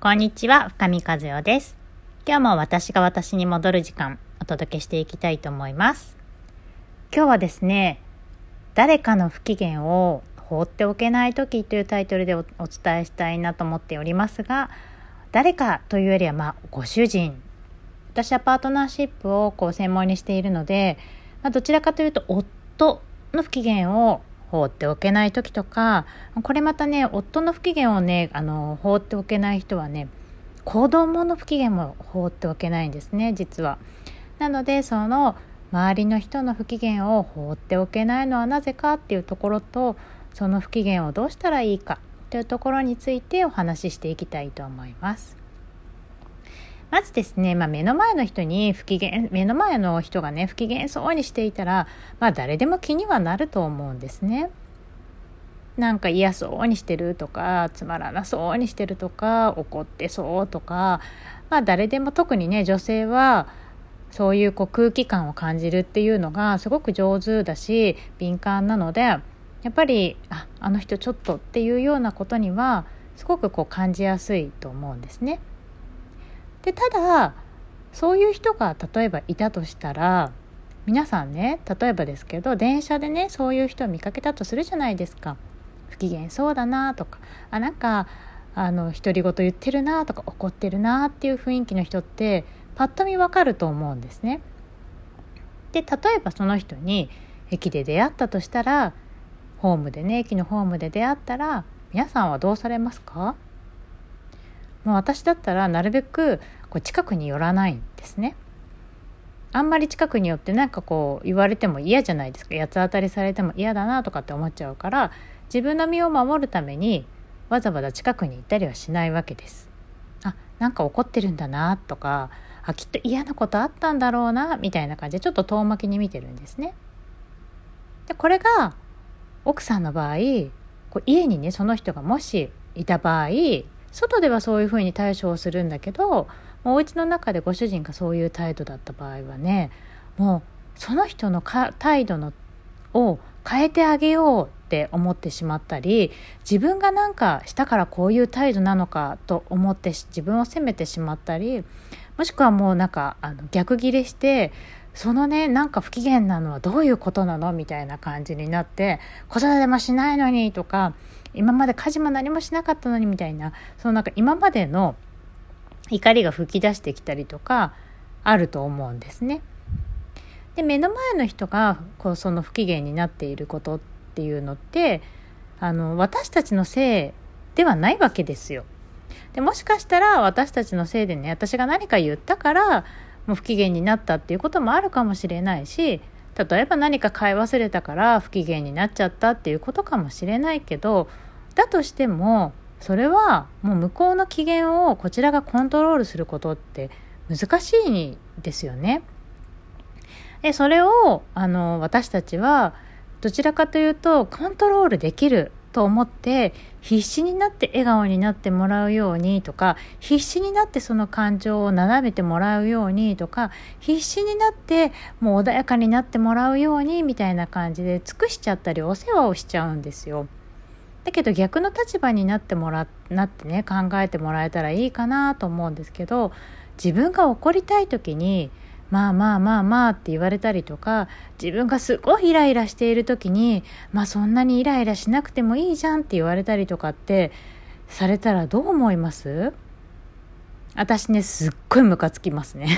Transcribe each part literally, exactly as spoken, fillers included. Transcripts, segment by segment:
こんにちは、深見和代です。今日も私が私に戻る時間お届けしていきたいと思います。今日はですね、誰かの不機嫌を放っておけない時というタイトルで お, お伝えしたいなと思っておりますが、誰かというよりはまあご主人、私はパートナーシップをこう専門にしているので、まあ、どちらかというと夫の不機嫌を放っておけない時とか、これまたね、夫の不機嫌をねあの放っておけない人はね、子供の不機嫌も放っておけないんですね、実は。なのでその周りの人の不機嫌を放っておけないのはなぜかっていうところと、その不機嫌をどうしたらいいかというところについてお話ししていきたいと思います。まずですね、まあ、目の前の人に不機嫌目の前の人がね不機嫌そうにしていたら、まあ、誰でも気にはなると思うんですね。なんか嫌そうにしてるとか、つまらなそうにしてるとか、怒ってそうとか、まあ誰でも、特にね女性はそういうこう空気感を感じるっていうのがすごく上手だし敏感なので、やっぱり あ, あの人ちょっとっていうようなことにはすごくこう感じやすいと思うんですね。でただそういう人が例えばいたとしたら、皆さんね、例えばですけど電車でねそういう人を見かけたとするじゃないですか。不機嫌そうだなとか、あなんかあの独り言言ってるなとか、怒ってるなっていう雰囲気の人ってパッと見わかると思うんですね。で例えばその人に駅で出会ったとしたら、ホームでね駅のホームで出会ったら、皆さんはどうされますか？もう私だったらなるべくこう近くに寄らないんですね。あんまり近くに寄ってなんかこう言われても嫌じゃないですか。八つ当たりされても嫌だなとかって思っちゃうから、自分の身を守るためにわざわざ近くに行ったりはしないわけです。あ、なんか怒ってるんだなとか、あきっと嫌なことあったんだろうなみたいな感じでちょっと遠巻きに見てるんですね。でこれが奥さんの場合、こう家にねその人がもしいた場合、外ではそういうふうに対処をするんだけど、もうお家の中でご主人がそういう態度だった場合はね、もうその人のか態度のを変えてあげようって思ってしまったり、自分がなんかしたからこういう態度なのかと思って自分を責めてしまったり、もしくはもうなんかあの逆ギレして、そのねなんか不機嫌なのはどういうことなのみたいな感じになって、子育てもしないのにとか、今まで家事も何もしなかったのにみたいな、そのなんか今までの怒りが吹き出してきたりとかあると思うんですね。で目の前の人がこうその不機嫌になっていることっていうのって、あの私たちのせいではないわけですよ。でもしかしたら私たちのせいでね、私が何か言ったからもう不機嫌になったっていうこともあるかもしれないし、例えば何か買い忘れたから不機嫌になっちゃったっていうことかもしれないけど、だとしてもそれはもう向こうの機嫌をこちらがコントロールすることって難しいんですよね。でそれをあの私たちはどちらかというとコントロールできると思って必死になって笑顔になってもらうようにとか、必死になってその感情を斜めてもらうようにとか、必死になってもう穏やかになってもらうようにみたいな感じで尽くしちゃったりお世話をしちゃうんですよ。だけど逆の立場になってもらなってね考えてもらえたらいいかなと思うんですけど、自分が怒りたい時にまあまあまあまあって言われたりとか、自分がすごいイライラしている時にまあそんなにイライラしなくてもいいじゃんって言われたりとかってされたらどう思います？私ねすっごいムカつきますね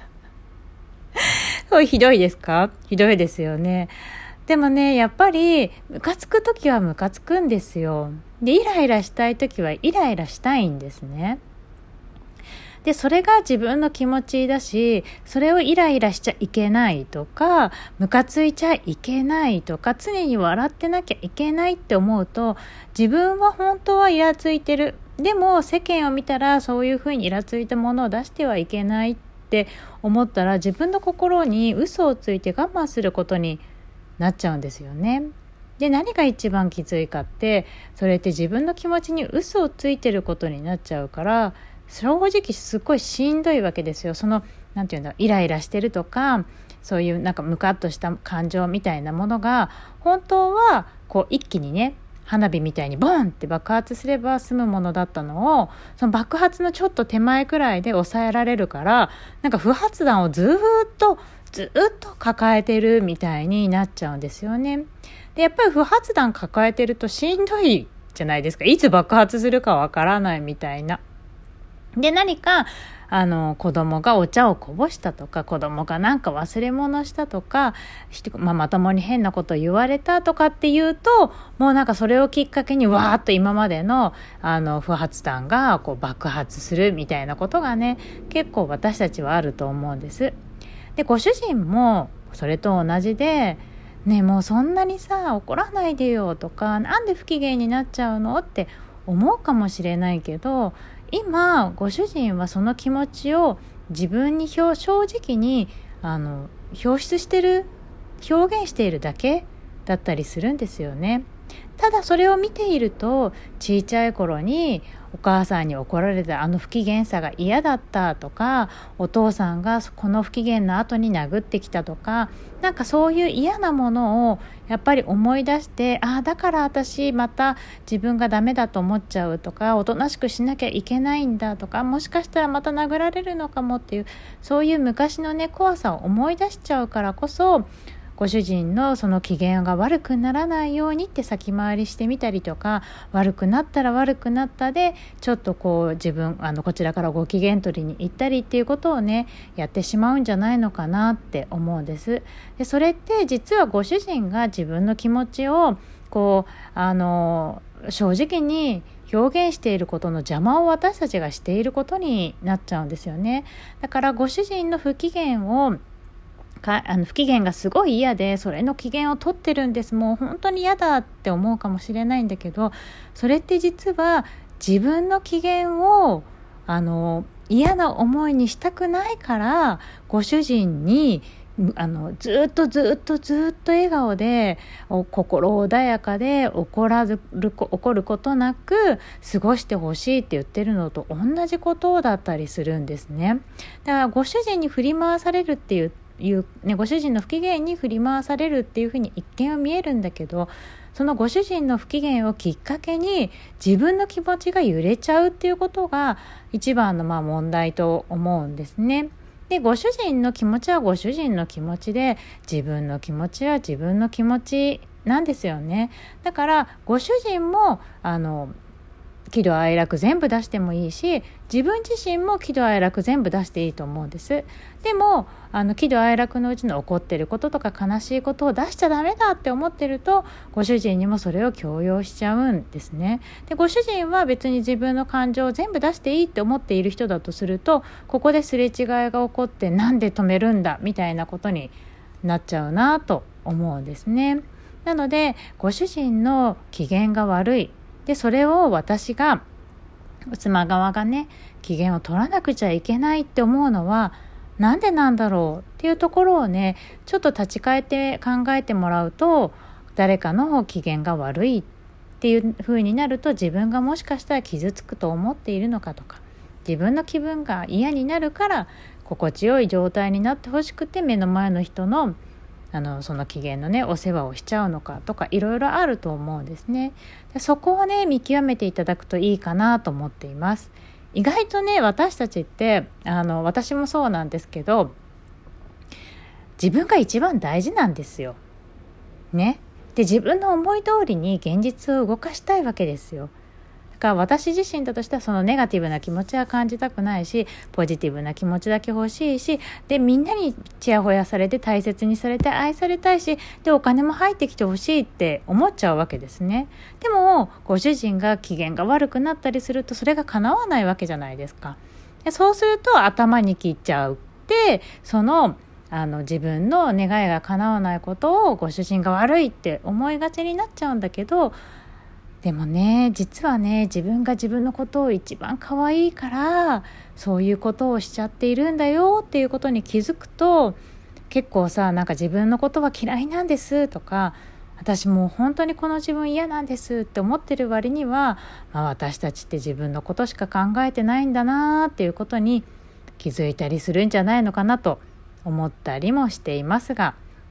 これひどいですか？ひどいですよね。でもねやっぱりムカつく時はムカつくんですよ。でイライラしたい時はイライラしたいんですね。でそれが自分の気持ちだし、それをイライラしちゃいけないとか、ムカついちゃいけないとか、常に笑ってなきゃいけないって思うと、自分は本当はイラついてる、でも世間を見たらそういうふうにイラついたものを出してはいけないって思ったら、自分の心に嘘をついて我慢することになっちゃうんですよね。で何が一番きついかって、それって自分の気持ちに嘘をついてることになっちゃうから、正直すっごいしんどいわけですよ。そのなんていうんだ、イライラしてるとか、そういうなんかムカッとした感情みたいなものが本当はこう一気にね花火みたいにボンって爆発すれば済むものだったのを、その爆発のちょっと手前くらいで抑えられるから、なんか不発弾をずっとずっと抱えてるみたいになっちゃうんですよね。でやっぱり不発弾抱えてるとしんどいじゃないですか。いつ爆発するかわからないみたいな。で何かあの子供がお茶をこぼしたとか、子供がなんか忘れ物したとか、まあ、まともに変なこと言われたとかっていうと、もうなんかそれをきっかけにわーっと今までのあの不発弾がこう爆発するみたいなことがね、結構私たちはあると思うんです。でご主人もそれと同じで、ね、もうそんなにさ怒らないでよとか、なんで不機嫌になっちゃうのって思うかもしれないけど、今ご主人はその気持ちを自分に正直にあの表出してる、表現しているだけだったりするんですよね。ただそれを見ていると、小さい頃にお母さんに怒られたあの不機嫌さが嫌だったとか、お父さんがこの不機嫌の後に殴ってきたとか、なんかそういう嫌なものをやっぱり思い出して、ああだから私また自分がダメだと思っちゃうとか、おとなしくしなきゃいけないんだとか、もしかしたらまた殴られるのかもっていう、そういう昔のね怖さを思い出しちゃうからこそ、ご主人のその機嫌が悪くならないようにって先回りしてみたりとか、悪くなったら悪くなったでちょっとこう自分あのこちらからご機嫌取りに行ったりっていうことをねやってしまうんじゃないのかなって思うんです。でそれって実はご主人が自分の気持ちをこうあの正直に表現していることの邪魔を私たちがしていることになっちゃうんですよね。だからご主人の不機嫌をかあの不機嫌がすごい嫌で、それの機嫌を取ってるんです、もう本当に嫌だって思うかもしれないんだけど、それって実は自分の機嫌をあの嫌な思いにしたくないから、ご主人にあのずっとずっとずっと笑顔で心穏やかで怒らずる怒ることなく過ごしてほしいって言ってるのと同じことだったりするんですね。だからご主人に振り回されるっていういうね、ご主人の不機嫌に振り回されるっていうふうに一見は見えるんだけど、そのご主人の不機嫌をきっかけに自分の気持ちが揺れちゃうっていうことが一番のまあ問題と思うんですね。でご主人の気持ちはご主人の気持ちで、自分の気持ちは自分の気持ちなんですよね。だからご主人もあの喜怒哀楽全部出してもいいし、自分自身も喜怒哀楽全部出していいと思うんです。でもあの喜怒哀楽のうちの怒ってることとか悲しいことを出しちゃダメだって思ってると、ご主人にもそれを強要しちゃうんですね。でご主人は別に自分の感情を全部出していいって思っている人だとすると、ここですれ違いが起こって、なんで止めるんだみたいなことになっちゃうなと思うんですね。なのでご主人の機嫌が悪いで、それを私が妻側がね機嫌を取らなくちゃいけないって思うのはなんでなんだろうっていうところをねちょっと立ち返って考えてもらうと、誰かの機嫌が悪いっていう風になると、自分がもしかしたら傷つくと思っているのかとか、自分の気分が嫌になるから心地よい状態になってほしくて目の前の人のあのその機嫌のねお世話をしちゃうのかとか、いろいろあると思うんですね。でそこをね見極めていただくといいかなと思っています。意外とね私たちってあの私もそうなんですけど、自分が一番大事なんですよね。で自分の思い通りに現実を動かしたいわけですよ。だから私自身だとしたら、そのネガティブな気持ちは感じたくないし、ポジティブな気持ちだけ欲しいし、でみんなにちやほやされて大切にされて愛されたいし、でお金も入ってきてほしいって思っちゃうわけですね。でもご主人が機嫌が悪くなったりすると、それが叶わないわけじゃないですか。でそうすると頭にきちゃうって、そのあの自分の願いが叶わないことをご主人が悪いって思いがちになっちゃうんだけど、でもね実はね自分が自分のことを一番可愛いからそういうことをしちゃっているんだよっていうことに気づくと、結構さなんか自分のことは嫌いなんですとか、私もう本当にこの自分嫌なんですって思ってる割には、まあ、私たちって自分のことしか考えてないんだなっていうことに気づいたりするんじゃないのかなと思ったりもしていますが、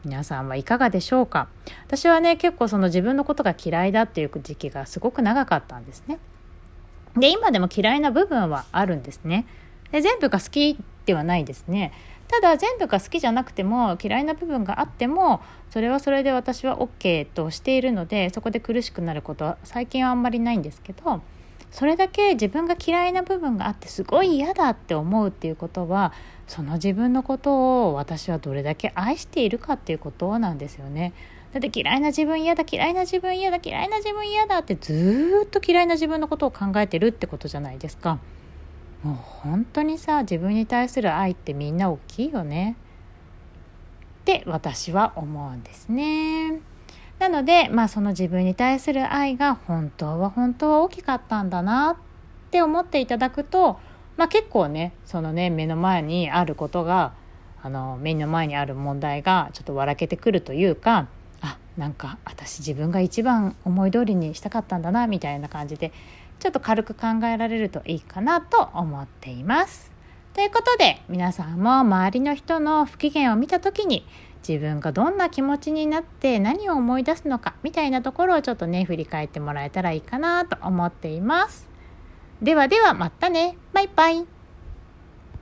皆さんはいかがでしょうか。私はね結構その自分のことが嫌いだっていう時期がすごく長かったんですね。で今でも嫌いな部分はあるんですね。で全部が好きではないですね。ただ全部が好きじゃなくても嫌いな部分があってもそれはそれで私は OK としているので、そこで苦しくなることは最近はあんまりないんですけど、それだけ自分が嫌いな部分があってすごい嫌だって思うっていうことは、その自分のことを私はどれだけ愛しているかっていうことなんですよね。だって嫌いな自分嫌だ嫌いな自分嫌だ嫌いな自分嫌だってずーっと嫌いな自分のことを考えてるってことじゃないですか。もう本当にさ、自分に対する愛ってみんな大きいよねって私は思うんですね。なので、まあ、その自分に対する愛が本当は本当は大きかったんだなって思っていただくと、まあ、結構ねそのね目の前にあることがあの目の前にある問題がちょっと笑けてくるというか、あ、なんか私自分が一番思い通りにしたかったんだなみたいな感じでちょっと軽く考えられるといいかなと思っています。ということで皆さんも周りの人の不機嫌を見た時に自分がどんな気持ちになって何を思い出すのかみたいなところをちょっとね振り返ってもらえたらいいかなと思っています。ではではまたね。バイバイ。